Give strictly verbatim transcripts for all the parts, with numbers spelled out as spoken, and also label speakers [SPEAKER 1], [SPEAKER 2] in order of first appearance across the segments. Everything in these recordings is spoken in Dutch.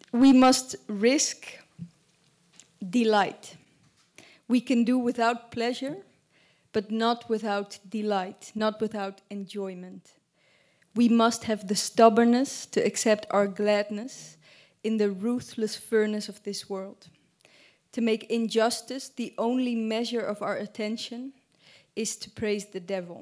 [SPEAKER 1] we must risk delight. We can do without pleasure, but not without delight, not without enjoyment. We must have the stubbornness to accept our gladness in the ruthless furnace of this world. To make injustice the only measure of our attention is to praise the devil.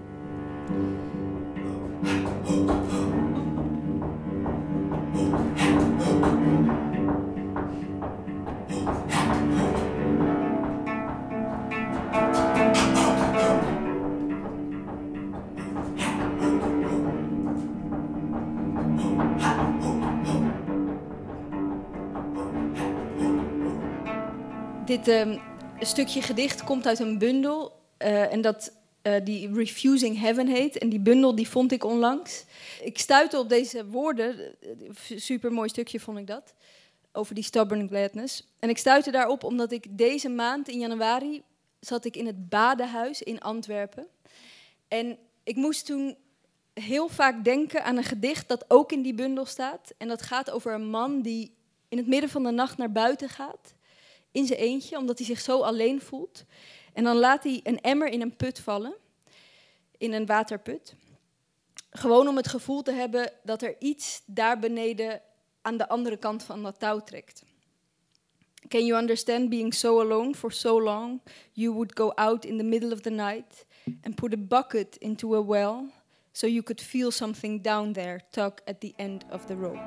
[SPEAKER 1] Dit um, stukje gedicht komt uit een bundel uh, en dat uh, die Refusing Heaven heet. En die bundel die vond ik onlangs. Ik stuitte op deze woorden, super mooi stukje vond ik dat, over die stubborn gladness. En ik stuitte daarop omdat ik deze maand in januari zat ik in het Badenhuis in Antwerpen. En ik moest toen heel vaak denken aan een gedicht dat ook in die bundel staat. En dat gaat over een man die in het midden van de nacht naar buiten gaat. In zijn eentje, omdat hij zich zo alleen voelt. En dan laat hij een emmer in een put vallen. In een waterput. Gewoon om het gevoel te hebben dat er iets daar beneden aan de andere kant van dat touw trekt. Can you understand being so alone for so long? You would go out in the middle of the night and put a bucket into a well so you could feel something down there tug at the end of the rope.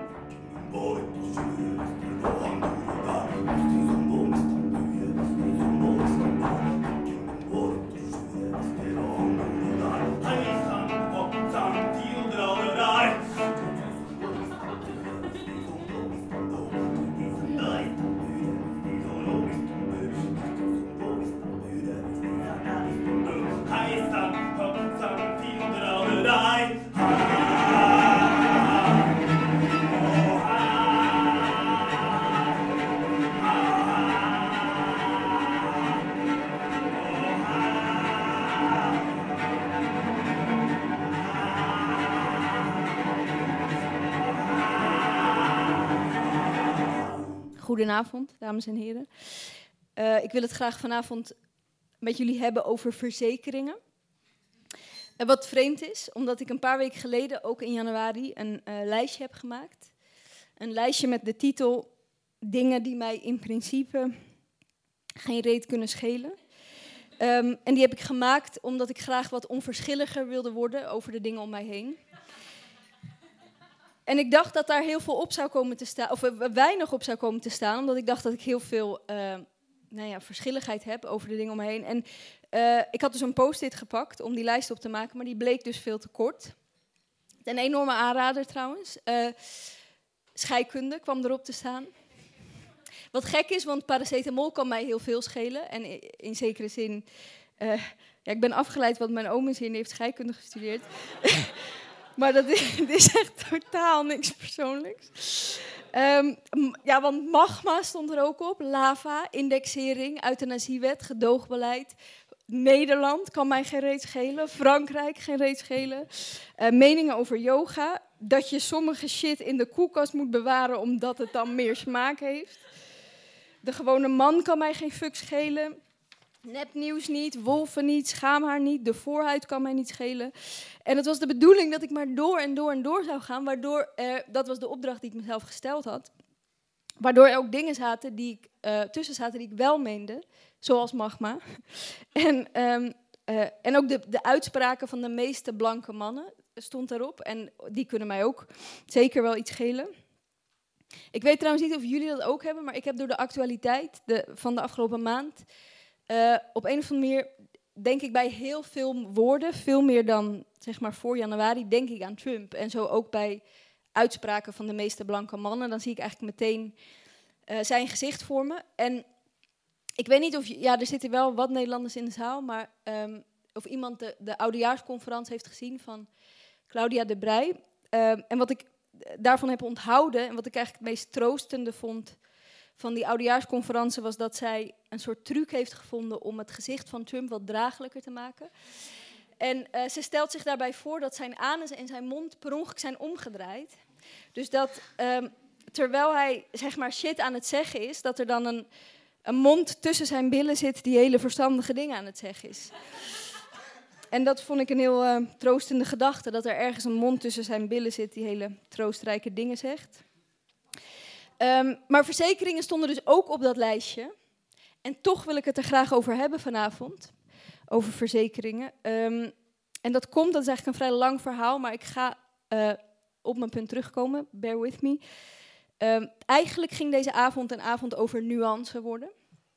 [SPEAKER 1] Goedenavond, dames en heren. Uh, ik wil het graag vanavond met jullie hebben over verzekeringen. En wat vreemd is, omdat ik een paar weken geleden, ook in januari, een uh, lijstje heb gemaakt. Een lijstje met de titel Dingen die mij in principe geen reet kunnen schelen. Um, en die heb ik gemaakt omdat ik graag wat onverschilliger wilde worden over de dingen om mij heen. En ik dacht dat daar heel veel op zou komen te staan, of weinig op zou komen te staan, omdat ik dacht dat ik heel veel uh, nou ja, verschilligheid heb over de dingen om me heen. En uh, ik had dus een post-it gepakt om die lijst op te maken, maar die bleek dus veel te kort. Een enorme aanrader trouwens. Uh, scheikunde kwam erop te staan. Wat gek is, want paracetamol kan mij heel veel schelen. En in, in zekere zin, uh, ja, ik ben afgeleid, want mijn oom is hier en die heeft scheikunde gestudeerd. Maar dat is, dit is echt totaal niks persoonlijks. Um, ja, want magma stond er ook op. Lava, indexering, euthanasiewet, gedoogbeleid. Nederland kan mij geen reet schelen. Frankrijk geen reet schelen. Uh, meningen over yoga. Dat je sommige shit in de koelkast moet bewaren omdat het dan meer smaak heeft. De gewone man kan mij geen fuck schelen. Nepnieuws niet, wolven niet, schaamhaar niet, de voorhuid kan mij niet schelen. En het was de bedoeling dat ik maar door en door en door zou gaan, waardoor er, dat was de opdracht die ik mezelf gesteld had, waardoor er ook dingen zaten die ik, uh, tussen zaten die ik wel meende, zoals magma. En, um, uh, en ook de, de uitspraken van de meeste blanke mannen stond erop en die kunnen mij ook zeker wel iets schelen. Ik weet trouwens niet of jullie dat ook hebben, maar ik heb door de actualiteit de, van de afgelopen maand Uh, op een of andere manier denk ik bij heel veel woorden, veel meer dan zeg maar voor januari, denk ik aan Trump. En zo ook bij uitspraken van de meeste blanke mannen. Dan zie ik eigenlijk meteen uh, zijn gezicht voor me. En ik weet niet of, ja, er zitten wel wat Nederlanders in de zaal, maar um, of iemand de, de oudejaarsconferentie heeft gezien van Claudia de Breij. Um, en wat ik daarvan heb onthouden en wat ik eigenlijk het meest troostende vond van die oudejaarsconferentie was dat zij een soort truc heeft gevonden om het gezicht van Trump wat draaglijker te maken. En uh, ze stelt zich daarbij voor dat zijn anus en zijn mond per ongeluk zijn omgedraaid. Dus dat um, terwijl hij zeg maar shit aan het zeggen is, dat er dan een, een mond tussen zijn billen zit die hele verstandige dingen aan het zeggen is. En dat vond ik een heel uh, troostende gedachte, dat er ergens een mond tussen zijn billen zit die hele troostrijke dingen zegt. Um, maar verzekeringen stonden dus ook op dat lijstje. En toch wil ik het er graag over hebben vanavond, over verzekeringen. Um, en dat komt, dat is eigenlijk een vrij lang verhaal, maar ik ga uh, op mijn punt terugkomen, bear with me. Um, eigenlijk ging deze avond een avond over nuance worden.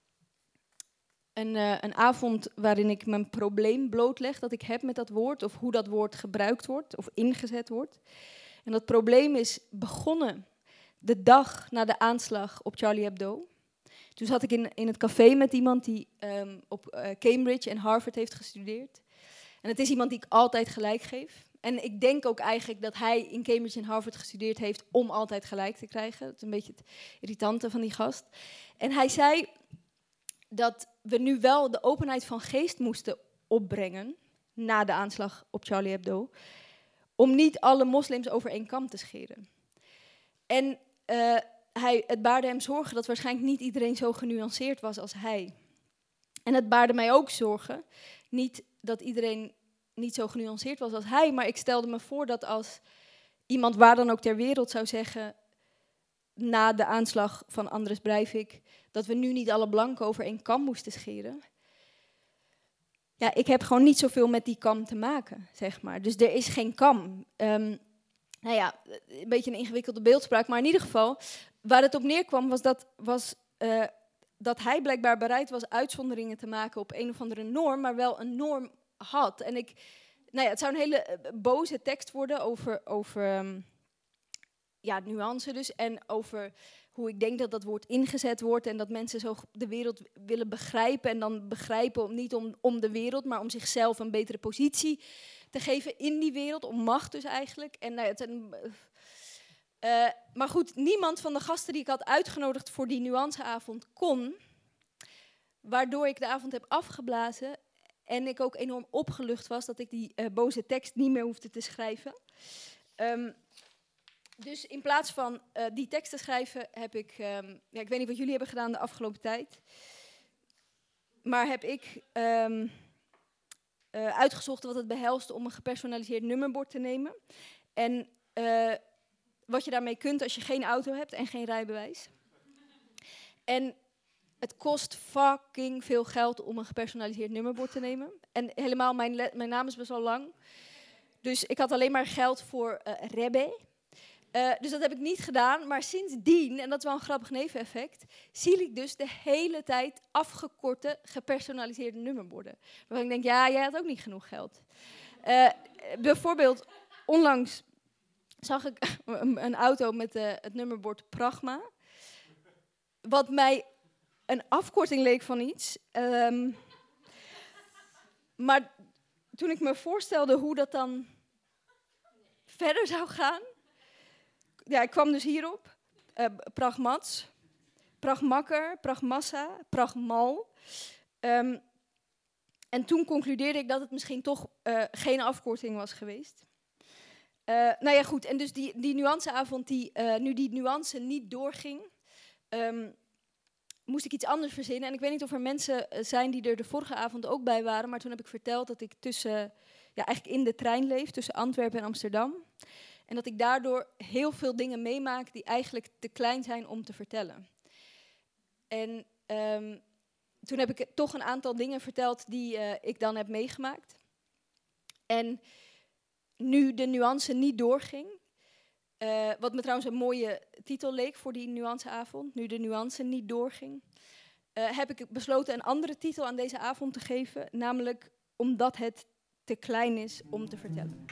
[SPEAKER 1] Een, uh, een avond waarin ik mijn probleem blootleg dat ik heb met dat woord, of hoe dat woord gebruikt wordt, of ingezet wordt. En dat probleem is begonnen de dag na de aanslag op Charlie Hebdo. Toen zat ik in, in het café met iemand die um, op uh, Cambridge en Harvard heeft gestudeerd. En het is iemand die ik altijd gelijk geef. En ik denk ook eigenlijk dat hij in Cambridge en Harvard gestudeerd heeft om altijd gelijk te krijgen. Dat is een beetje het irritante van die gast. En hij zei dat we nu wel de openheid van geest moesten opbrengen na de aanslag op Charlie Hebdo, om niet alle moslims over één kam te scheren. En uh, hij, het baarde hem zorgen dat waarschijnlijk niet iedereen zo genuanceerd was als hij. En het baarde mij ook zorgen, niet dat iedereen niet zo genuanceerd was als hij, maar ik stelde me voor dat als iemand waar dan ook ter wereld zou zeggen, na de aanslag van Anders Breivik, dat we nu niet alle blanken over één kam moesten scheren. Ja, ik heb gewoon niet zoveel met die kam te maken, zeg maar. Dus er is geen kam. Um, nou ja, een beetje een ingewikkelde beeldspraak, maar in ieder geval, waar het op neerkwam was dat, was, uh, dat hij blijkbaar bereid was uitzonderingen te maken op een of andere norm, maar wel een norm had. En ik, nou ja, het zou een hele uh, boze tekst worden over, over um, ja, nuance dus, en over hoe ik denk dat dat woord ingezet wordt en dat mensen zo de wereld willen begrijpen en dan begrijpen om, niet om, om de wereld, maar om zichzelf een betere positie te geven in die wereld, om macht dus eigenlijk. En, nou, het, een, uh, maar goed, niemand van de gasten die ik had uitgenodigd voor die nuanceavond kon, waardoor ik de avond heb afgeblazen en ik ook enorm opgelucht was dat ik die uh, boze tekst niet meer hoefde te schrijven. Um, Dus in plaats van uh, die tekst te schrijven, heb ik, um, ja, ik weet niet wat jullie hebben gedaan de afgelopen tijd, maar heb ik um, uh, uitgezocht wat het behelst om een gepersonaliseerd nummerbord te nemen. En uh, wat je daarmee kunt als je geen auto hebt en geen rijbewijs. En het kost fucking veel geld om een gepersonaliseerd nummerbord te nemen. En helemaal, mijn, le- mijn naam is best wel lang. Dus ik had alleen maar geld voor uh, Rebbe. Uh, dus dat heb ik niet gedaan, maar sindsdien, en dat is wel een grappig neveneffect, zie ik dus de hele tijd afgekorte, gepersonaliseerde nummerborden. Waarvan ik denk, ja, jij had ook niet genoeg geld. Uh, bijvoorbeeld, onlangs zag ik een, een auto met uh, het nummerbord Pragma, wat mij een afkorting leek van iets. Um, maar toen ik me voorstelde hoe dat dan verder zou gaan, ja, ik kwam dus hierop. Uh, pragmats, pragmakker, pragmassa, pragmal. Um, en toen concludeerde ik dat het misschien toch uh, geen afkorting was geweest. Uh, nou ja, goed. En dus die, die nuanceavond, die, uh, nu die nuance niet doorging, um, moest ik iets anders verzinnen. En ik weet niet of er mensen zijn die er de vorige avond ook bij waren, maar toen heb ik verteld dat ik tussen, ja, eigenlijk in de trein leef, tussen Antwerpen en Amsterdam. En dat ik daardoor heel veel dingen meemaak die eigenlijk te klein zijn om te vertellen. En um, toen heb ik toch een aantal dingen verteld die uh, ik dan heb meegemaakt. En nu de nuance niet doorging, uh, wat me trouwens een mooie titel leek voor die nuanceavond, nu de nuance niet doorging, uh, heb ik besloten een andere titel aan deze avond te geven, namelijk omdat het te klein is om te vertellen.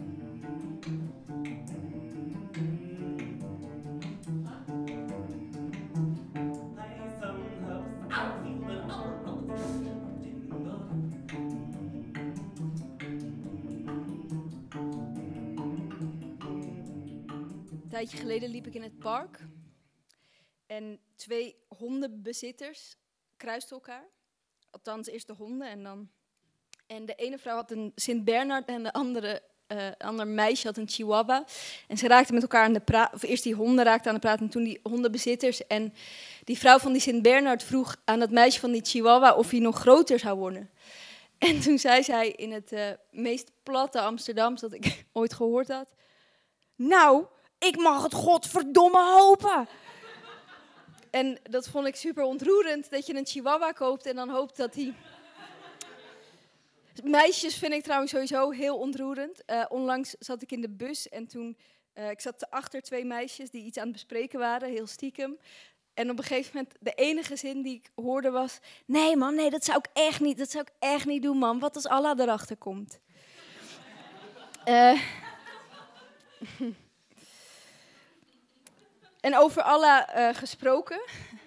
[SPEAKER 1] Een tijdje geleden liep ik in het park en twee hondenbezitters kruisten elkaar. Althans, eerst de honden en dan... En de ene vrouw had een Sint-Bernard en de andere uh, een ander meisje had een chihuahua. En ze raakten met elkaar aan de praat. Of eerst die honden raakten aan de praat en toen die hondenbezitters. En die vrouw van die Sint-Bernard vroeg aan dat meisje van die chihuahua of hij nog groter zou worden. En toen zei zij in het uh, meest platte Amsterdams dat ik ooit gehoord had. Nou, ik mag het godverdomme hopen. En dat vond ik super ontroerend, dat je een chihuahua koopt en dan hoopt dat hij... Meisjes vind ik trouwens sowieso heel ontroerend. Uh, onlangs zat ik in de bus en toen... Uh, ik zat achter twee meisjes die iets aan het bespreken waren, heel stiekem. En op een gegeven moment, de enige zin die ik hoorde was... Nee man, nee, dat zou ik echt niet, dat zou ik echt niet doen man. Wat als Allah erachter komt? Uh, en over Allah uh, gesproken...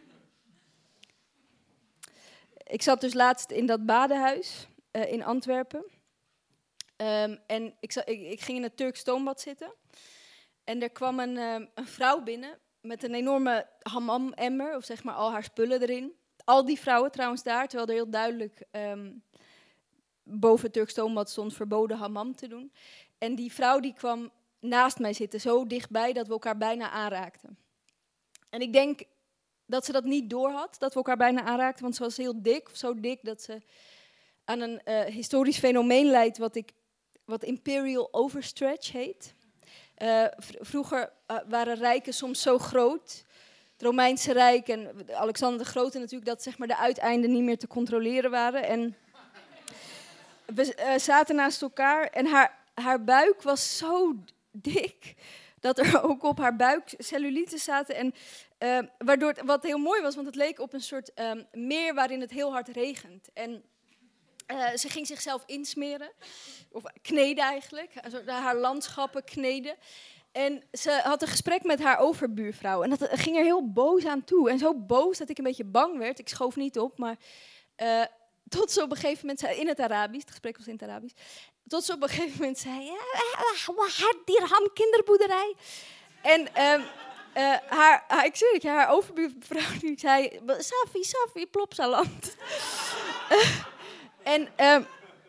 [SPEAKER 1] Ik zat dus laatst in dat badenhuis uh, in Antwerpen. Um, en ik, zat, ik, ik ging in het Turks stoombad zitten. En er kwam een, um, een vrouw binnen met een enorme hammam-emmer, of zeg maar al haar spullen erin. Al die vrouwen trouwens daar, terwijl er heel duidelijk um, boven het Turks stoombad stond verboden hammam te doen. En die vrouw die kwam naast mij zitten, zo dichtbij dat we elkaar bijna aanraakten. En ik denk dat ze dat niet doorhad, dat we elkaar bijna aanraakten, want ze was heel dik, of zo dik dat ze aan een uh, historisch fenomeen leidt wat, ik, wat imperial overstretch heet. Uh, v- vroeger uh, waren rijken soms zo groot, het Romeinse Rijk en Alexander de Grote natuurlijk, dat zeg maar, de uiteinden niet meer te controleren waren. En we uh, zaten naast elkaar en haar, haar buik was zo dik dat er ook op haar buik cellulitis zaten. En, uh, waardoor het, wat heel mooi was, want het leek op een soort um, meer waarin het heel hard regent. En uh, ze ging zichzelf insmeren, of kneden eigenlijk, haar landschappen kneden. En ze had een gesprek met haar overbuurvrouw. En dat ging er heel boos aan toe. En zo boos dat ik een beetje bang werd. Ik schoof niet op, maar uh, tot ze op een gegeven moment zei, in het Arabisch, het gesprek was in het Arabisch, tot ze op een gegeven moment zei, ja, dirham kinderboerderij. En uh, uh, haar, haar, ik zeg het je, haar overbuurvrouw die zei, Safi, Safi, plopsaland. uh, en uh,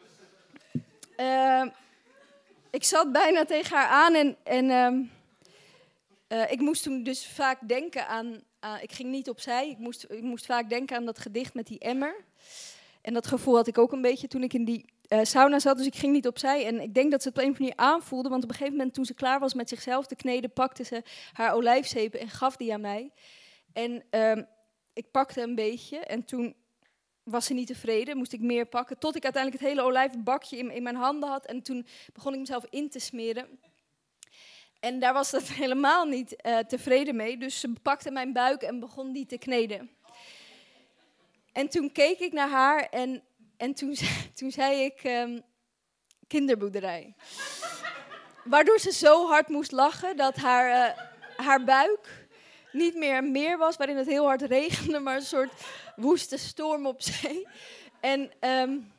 [SPEAKER 1] uh, ik zat bijna tegen haar aan en, en uh, uh, ik moest toen dus vaak denken aan, uh, ik ging niet opzij, ik moest, ik moest vaak denken aan dat gedicht met die emmer. En dat gevoel had ik ook een beetje toen ik in die uh, sauna zat, dus ik ging niet opzij. En ik denk dat ze het op een of andere manier aanvoelde, want op een gegeven moment toen ze klaar was met zichzelf te kneden, pakte ze haar olijfzeep en gaf die aan mij. En uh, ik pakte een beetje en toen was ze niet tevreden, moest ik meer pakken, tot ik uiteindelijk het hele olijfbakje in, in mijn handen had. En toen begon ik mezelf in te smeren. En daar was ze helemaal niet uh, tevreden mee, dus ze pakte mijn buik en begon die te kneden. En toen keek ik naar haar en, en toen, toen zei ik um, kinderboerderij. Waardoor ze zo hard moest lachen dat haar, uh, haar buik niet meer een meer was waarin het heel hard regende, maar een soort woeste storm op zee. En um,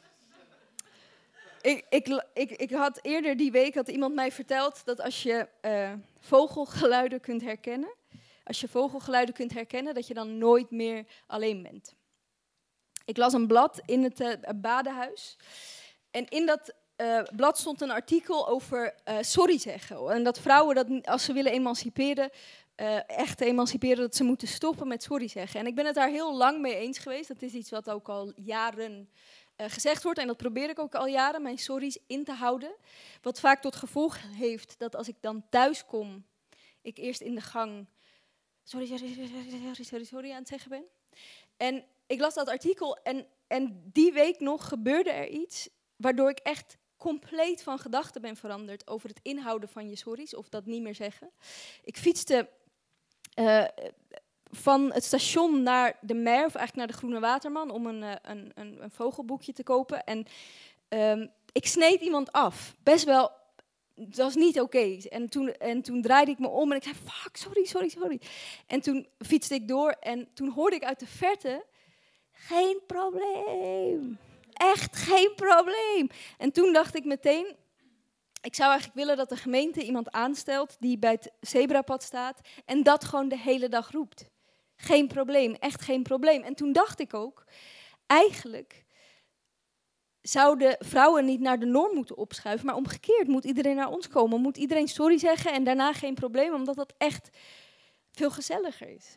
[SPEAKER 1] ik, ik, ik, ik had eerder die week had iemand mij verteld dat als je uh, vogelgeluiden kunt herkennen, als je vogelgeluiden kunt herkennen, dat je dan nooit meer alleen bent. Ik las een blad in het uh, badenhuis. En in dat uh, blad stond een artikel over uh, sorry zeggen. En dat vrouwen, dat, als ze willen emanciperen, uh, echt emanciperen, dat ze moeten stoppen met sorry zeggen. En ik ben het daar heel lang mee eens geweest. Dat is iets wat ook al jaren uh, gezegd wordt. En dat probeer ik ook al jaren, mijn sorry's in te houden. Wat vaak tot gevolg heeft dat als ik dan thuis kom, ik eerst in de gang sorry, sorry, sorry, sorry, sorry aan het zeggen ben. En ik las dat artikel en, en die week nog gebeurde er iets waardoor ik echt compleet van gedachten ben veranderd over het inhouden van je sorry's, of dat niet meer zeggen. Ik fietste uh, van het station naar de Mer, of eigenlijk naar de Groene Waterman, om een, uh, een, een, een vogelboekje te kopen. En um, ik sneed iemand af, best wel, dat was niet oké. Okay. En, toen, en toen draaide ik me om en ik zei, fuck, sorry, sorry, sorry. En toen fietste ik door en toen hoorde ik uit de verte, geen probleem. Echt geen probleem. En toen dacht ik meteen, ik zou eigenlijk willen dat de gemeente iemand aanstelt die bij het zebrapad staat en dat gewoon de hele dag roept. Geen probleem, echt geen probleem. En toen dacht ik ook, eigenlijk zouden vrouwen niet naar de norm moeten opschuiven, maar omgekeerd moet iedereen naar ons komen. Moet iedereen sorry zeggen en daarna geen probleem, omdat dat echt veel gezelliger is.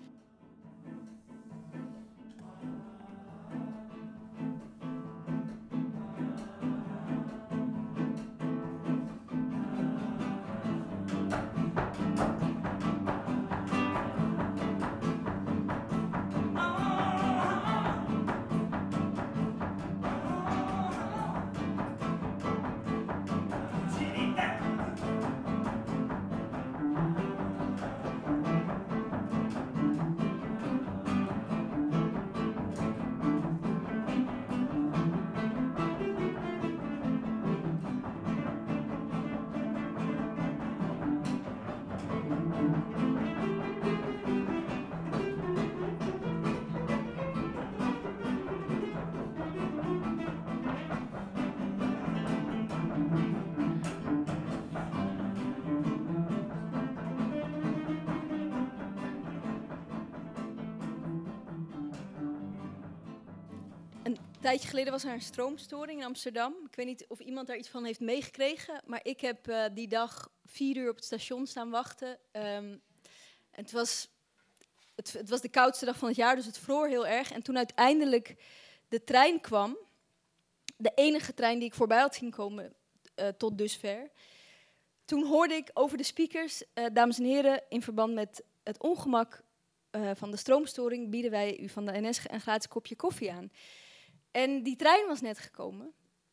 [SPEAKER 1] Een tijdje geleden was er een stroomstoring in Amsterdam. Ik weet niet of iemand daar iets van heeft meegekregen, maar ik heb uh, die dag vier uur op het station staan wachten. Um, het, was, het, het was de koudste dag van het jaar, dus het vroor heel erg. En toen uiteindelijk de trein kwam, de enige trein die ik voorbij had zien komen uh, tot dusver, toen hoorde ik over de speakers, uh, dames en heren, in verband met het ongemak uh, van de stroomstoring bieden wij u van de N S een gratis kopje koffie aan. En die trein was net gekomen.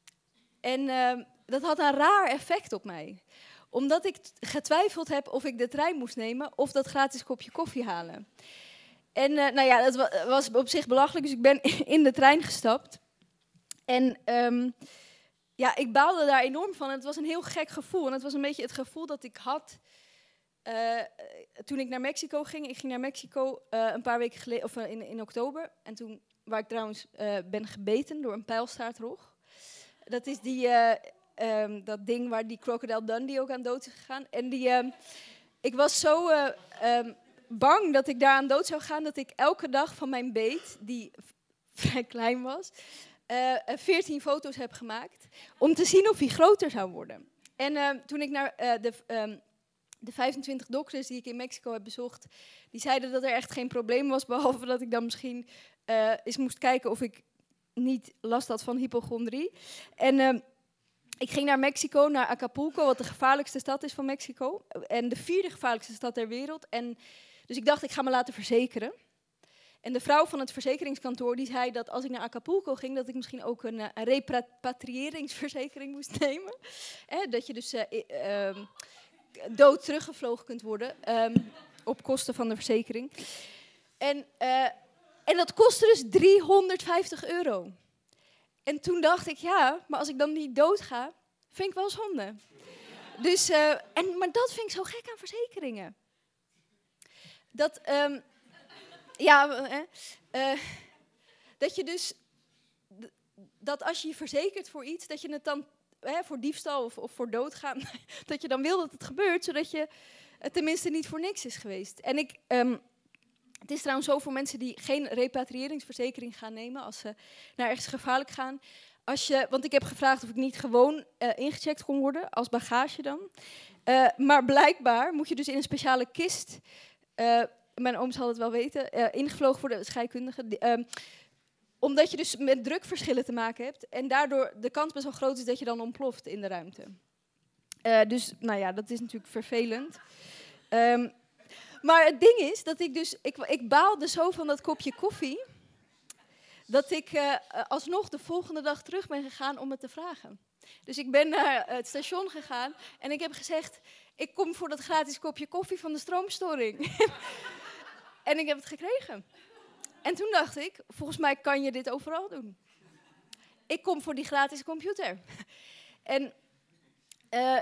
[SPEAKER 1] En uh, dat had een raar effect op mij. Omdat ik t- getwijfeld heb of ik de trein moest nemen of dat gratis kopje koffie halen. En uh, nou ja, dat wa- was op zich belachelijk, dus ik ben in de trein gestapt. En um, ja, ik baalde daar enorm van. En het was een heel gek gevoel. En het was een beetje het gevoel dat ik had uh, toen ik naar Mexico ging. Ik ging naar Mexico uh, een paar weken geleden, of uh, in, in oktober. En toen... Waar ik trouwens uh, ben gebeten door een pijlstaartrog. Dat is die, uh, um, dat ding waar die Crocodile Dundee ook aan dood is gegaan. En die, uh, ik was zo uh, um, bang dat ik daar aan dood zou gaan, dat ik elke dag van mijn beet, die v- vrij klein was, uh, veertien foto's heb gemaakt. Om te zien of hij groter zou worden. En uh, toen ik naar uh, de... Um, De vijfentwintig dokters die ik in Mexico heb bezocht, die zeiden dat er echt geen probleem was, behalve dat ik dan misschien uh, eens moest kijken of ik niet last had van hypochondrie. En uh, ik ging naar Mexico, naar Acapulco, wat de gevaarlijkste stad is van Mexico. En de vierde gevaarlijkste stad ter wereld. En dus ik dacht, ik ga me laten verzekeren. En de vrouw van het verzekeringskantoor die zei dat als ik naar Acapulco ging, dat ik misschien ook een, een repatriëringsverzekering moest nemen. Eh, dat je dus... Uh, uh, dood teruggevlogen kunt worden, um, op kosten van de verzekering. En, uh, en dat kostte dus driehonderdvijftig euro. En toen dacht ik, ja, maar als ik dan niet dood ga, vind ik wel zonde. Dus, uh, en, maar dat vind ik zo gek aan verzekeringen. Dat, um, ja, uh, uh, dat je dus, d- dat als je je verzekert voor iets, dat je het dan... Hè, voor diefstal of, of voor doodgaan, dat je dan wil dat het gebeurt, zodat je het tenminste niet voor niks is geweest. En ik, um, het is trouwens zo voor mensen die geen repatriëringsverzekering gaan nemen, als ze naar ergens gevaarlijk gaan. Als je, want ik heb gevraagd of ik niet gewoon uh, ingecheckt kon worden, als bagage dan. Uh, maar blijkbaar moet je dus in een speciale kist, uh, mijn ooms zal het wel weten, uh, ingevlogen worden, scheikundige, die, um, omdat je dus met drukverschillen te maken hebt. En daardoor de kans best wel groot is dat je dan ontploft in de ruimte. Uh, dus, nou ja, dat is natuurlijk vervelend. Um, maar het ding is dat ik dus... Ik, ik baalde zo van dat kopje koffie, dat ik uh, alsnog de volgende dag terug ben gegaan om het te vragen. Dus ik ben naar het station gegaan en ik heb gezegd... Ik kom voor dat gratis kopje koffie van de stroomstoring. En ik heb het gekregen. En toen dacht ik, volgens mij kan je dit overal doen. Ik kom voor die gratis computer. En uh,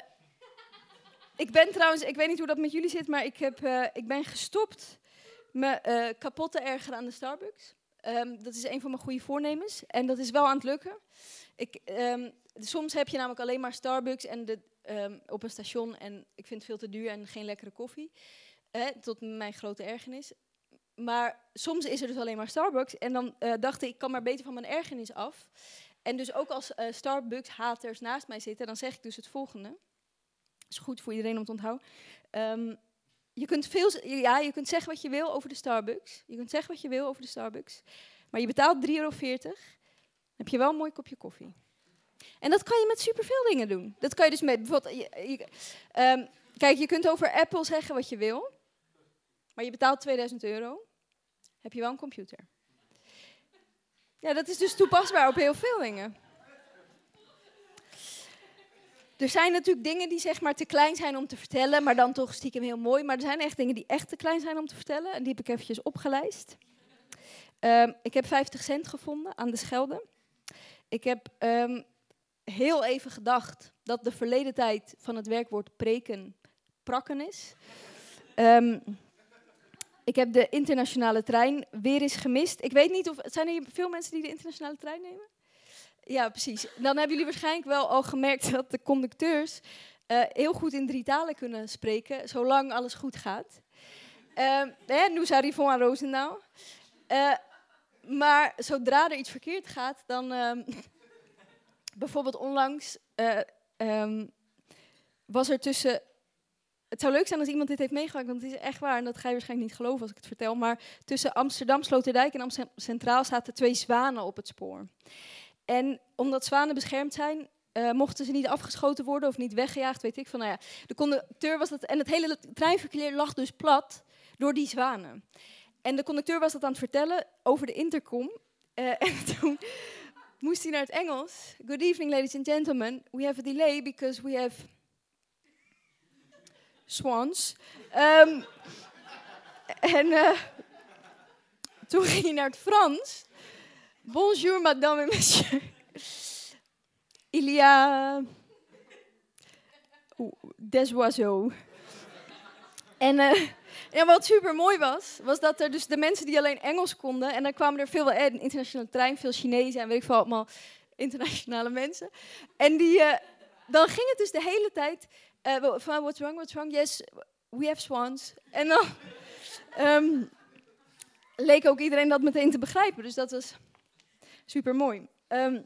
[SPEAKER 1] ik ben trouwens, ik weet niet hoe dat met jullie zit, maar ik, heb, uh, ik ben gestopt me uh, kapot te ergeren aan de Starbucks. Um, dat is een van mijn goede voornemens. En dat is wel aan het lukken. Ik, um, soms heb je namelijk alleen maar Starbucks en de, um, op een station en ik vind het veel te duur en geen lekkere koffie. Uh, tot mijn grote ergernis. Maar soms is er dus alleen maar Starbucks. En dan uh, dacht ik, ik kan maar beter van mijn ergernis af. En dus ook als uh, Starbucks-haters naast mij zitten, dan zeg ik dus het volgende. Dat is goed voor iedereen om te onthouden. Um, je, kunt veel, ja, je kunt zeggen wat je wil over de Starbucks. Je kunt zeggen wat je wil over de Starbucks. Maar je betaalt drie euro veertig. Dan heb je wel een mooi kopje koffie. En dat kan je met superveel dingen doen. Dat kan je dus met bijvoorbeeld... Je, je, um, kijk, je kunt over Apple zeggen wat je wil. Maar je betaalt tweeduizend euro. Heb je wel een computer. Ja, dat is dus toepasbaar op heel veel dingen. Er zijn natuurlijk dingen die zeg maar te klein zijn om te vertellen, maar dan toch stiekem heel mooi. Maar er zijn echt dingen die echt te klein zijn om te vertellen. En die heb ik eventjes opgelijst. Um, ik heb vijftig cent gevonden aan de Schelde. Ik heb um, heel even gedacht dat de verleden tijd van het werkwoord preken prakken is. Um, ik heb de internationale trein weer eens gemist. Ik weet niet of... Zijn er hier veel mensen die de internationale trein nemen? Ja, precies. Dan hebben jullie waarschijnlijk wel al gemerkt dat de conducteurs uh, heel goed in drie talen kunnen spreken, zolang alles goed gaat. Uh, nous arrivons à Roosendaal. Uh, maar zodra er iets verkeerd gaat, dan... Um, bijvoorbeeld onlangs uh, um, was er tussen... Het zou leuk zijn als iemand dit heeft meegemaakt, want het is echt waar. En dat ga je waarschijnlijk niet geloven als ik het vertel. Maar tussen Amsterdam, Sloterdijk en Amsterdam Centraal zaten twee zwanen op het spoor. En omdat zwanen beschermd zijn, uh, mochten ze niet afgeschoten worden of niet weggejaagd, weet ik van. Nou ja, de conducteur was dat, en het hele treinverkeer lag dus plat door die zwanen. En de conducteur was dat aan het vertellen over de intercom. Uh, en toen moest hij naar het Engels. Good evening, ladies and gentlemen. We have a delay because we have swans. Um, en uh, toen ging hij naar het Frans. Bonjour, madame et monsieur. Il y a des oiseaux. En uh, ja, wat super mooi was, was dat er dus de mensen die alleen Engels konden, en dan kwamen er veel, eh, een internationale trein, veel Chinezen en weet ik veel, allemaal internationale mensen. En die, uh, dan ging het dus de hele tijd, uh, van what's wrong, what's wrong, yes, we have swans. En dan um, leek ook iedereen dat meteen te begrijpen, dus dat was super mooi. Um,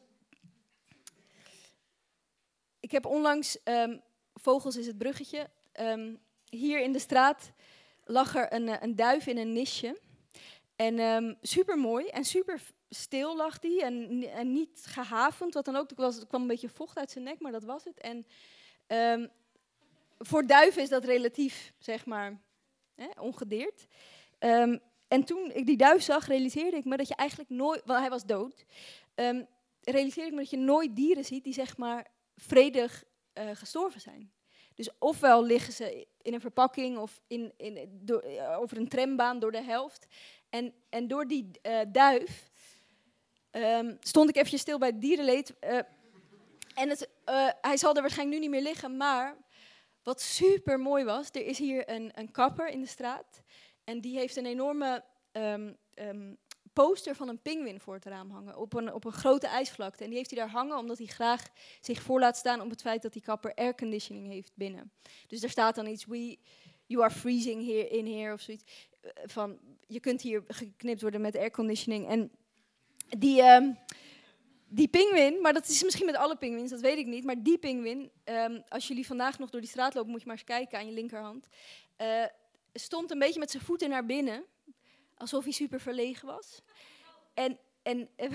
[SPEAKER 1] ik heb onlangs, um, Vogels is het bruggetje, um, hier in de straat lag er een, een duif in een nisje. En um, super mooi en super stil lag die en, en niet gehavend, wat dan ook. Er, was, er kwam een beetje vocht uit zijn nek, maar dat was het. En um, voor duiven is dat relatief, zeg maar, hè, ongedeerd. Um, en toen ik die duif zag, realiseerde ik me dat je eigenlijk nooit... Want hij was dood. Um, realiseerde ik me dat je nooit dieren ziet die, zeg maar, vredig uh, gestorven zijn. Dus ofwel liggen ze in een verpakking of in, in, door, over een trambaan door de helft. En, en door die uh, duif um, stond ik eventjes stil bij het dierenleed. Uh, en het, uh, hij zal er waarschijnlijk nu niet meer liggen, maar wat super mooi was, er is hier een, een kapper in de straat. En die heeft een enorme um, um, poster van een pinguïn voor het raam hangen. Op een, op een grote ijsvlakte. En die heeft hij daar hangen omdat hij graag zich voor laat staan op het feit dat die kapper airconditioning heeft binnen. Dus daar staat dan iets, we, you are freezing here, in here of zoiets. Van, je kunt hier geknipt worden met airconditioning. En die, um, die pinguïn, maar dat is misschien met alle pinguïns, dat weet ik niet. Maar die pinguïn, um, als jullie vandaag nog door die straat lopen, moet je maar eens kijken aan je linkerhand. Uh, stond een beetje met zijn voeten naar binnen. Alsof hij super verlegen was. En, en uh,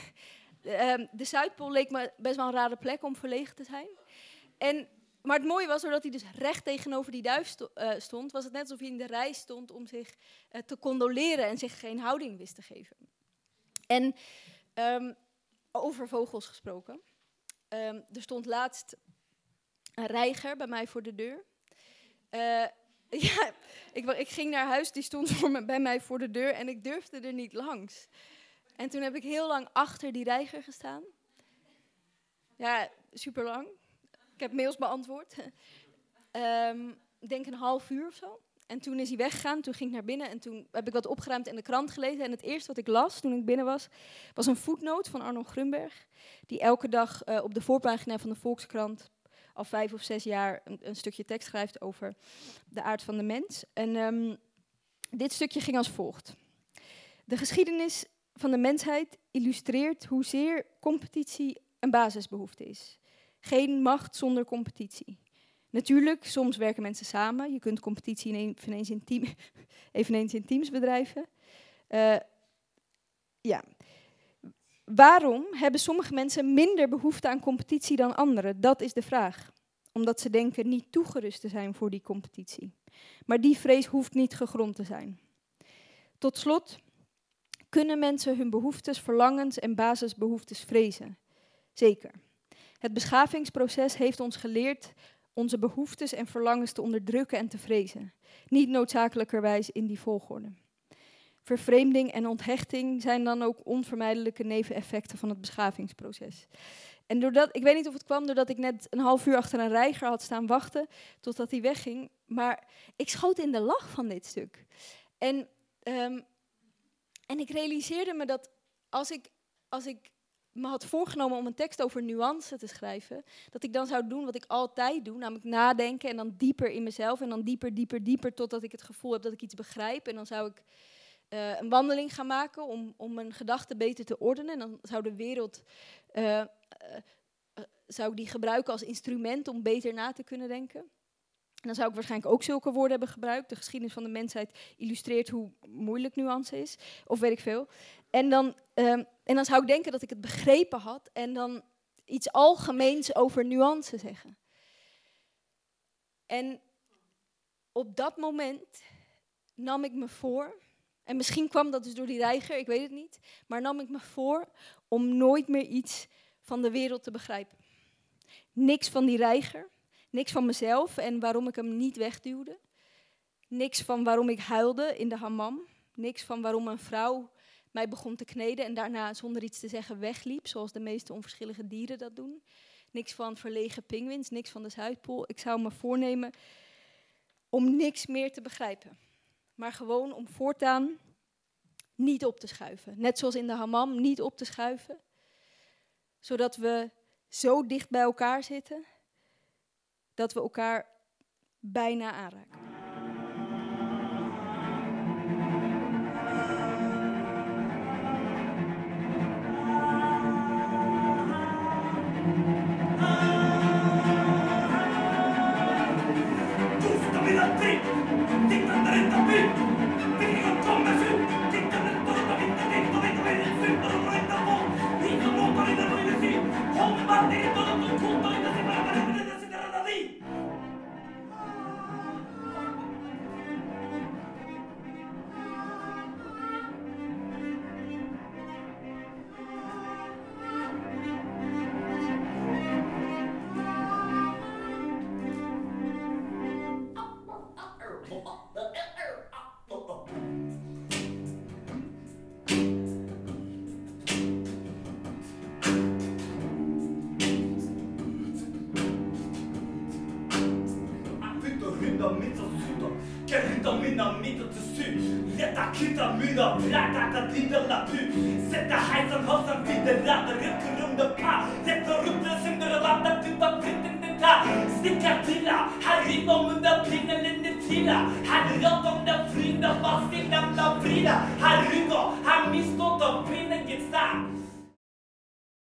[SPEAKER 1] de Zuidpool leek me best wel een rare plek om verlegen te zijn. En, maar het mooie was, doordat hij dus recht tegenover die duif sto- uh, stond, was het net alsof hij in de rij stond om zich uh, te condoleren en zich geen houding wist te geven. En um, over vogels gesproken. Um, er stond laatst een reiger bij mij voor de deur. Uh, Ja, ik, ik ging naar huis, die stond voor me, bij mij voor de deur en ik durfde er niet langs. En toen heb ik heel lang achter die reiger gestaan. Ja, super lang. Ik heb mails beantwoord. um, ik denk een half uur of zo. En toen is hij weggegaan, toen ging ik naar binnen en toen heb ik wat opgeruimd en de krant gelezen. En het eerste wat ik las toen ik binnen was, was een voetnoot van Arno Grunberg. Die elke dag uh, op de voorpagina van de Volkskrant al vijf of zes jaar een, een stukje tekst schrijft over de aard van de mens. En um, dit stukje ging als volgt. De geschiedenis van de mensheid illustreert hoezeer competitie een basisbehoefte is. Geen macht zonder competitie. Natuurlijk, soms werken mensen samen. Je kunt competitie eveneens in, team, eveneens in teams bedrijven. Uh, ja. Waarom hebben sommige mensen minder behoefte aan competitie dan anderen? Dat is de vraag. Omdat ze denken niet toegerust te zijn voor die competitie. Maar die vrees hoeft niet gegrond te zijn. Tot slot kunnen mensen hun behoeftes, verlangens en basisbehoeftes vrezen. Zeker. Het beschavingsproces heeft ons geleerd onze behoeftes en verlangens te onderdrukken en te vrezen. Niet noodzakelijkerwijs in die volgorde. Vervreemding en onthechting zijn dan ook onvermijdelijke neveneffecten van het beschavingsproces. En doordat, ik weet niet of het kwam doordat ik net een half uur achter een reiger had staan wachten totdat hij wegging, maar ik schoot in de lach van dit stuk. En, um, en ik realiseerde me dat als ik, als ik me had voorgenomen om een tekst over nuance te schrijven, dat ik dan zou doen wat ik altijd doe, namelijk nadenken en dan dieper in mezelf en dan dieper, dieper, dieper, totdat ik het gevoel heb dat ik iets begrijp. En dan zou ik uh, een wandeling gaan maken om, om mijn gedachten beter te ordenen. En dan zou de wereld, uh, uh, uh, zou ik die gebruiken als instrument om beter na te kunnen denken. En dan zou ik waarschijnlijk ook zulke woorden hebben gebruikt. De geschiedenis van de mensheid illustreert hoe moeilijk nuance is, of weet ik veel. En dan, um, en dan zou ik denken dat ik het begrepen had en dan iets algemeens over nuance zeggen. En op dat moment nam ik me voor, en misschien kwam dat dus door die reiger, ik weet het niet, maar nam ik me voor om nooit meer iets van de wereld te begrijpen. Niks van die reiger, niks van mezelf en waarom ik hem niet wegduwde. Niks van waarom ik huilde in de hammam. Niks van waarom een vrouw mij begon te kneden en daarna zonder iets te zeggen wegliep, zoals de meeste onverschillige dieren dat doen. Niks van verlegen pinguïns, niks van de Zuidpool. Ik zou me voornemen om niks meer te begrijpen. Maar gewoon om voortaan niet op te schuiven. Net zoals in de hammam, niet op te schuiven. Zodat we zo dicht bij elkaar zitten, dat we elkaar bijna aanraken.
[SPEAKER 2] Zet de heißen Hossen wieder laden, rücken um de pa. Zet de route zonder laden, du var vritten den ta. Stickatilla, här ringer om under plingelinde tilla. Här rad om de frinda, var stilla, de frida. Här rygger, här misstått och prinnen get stark.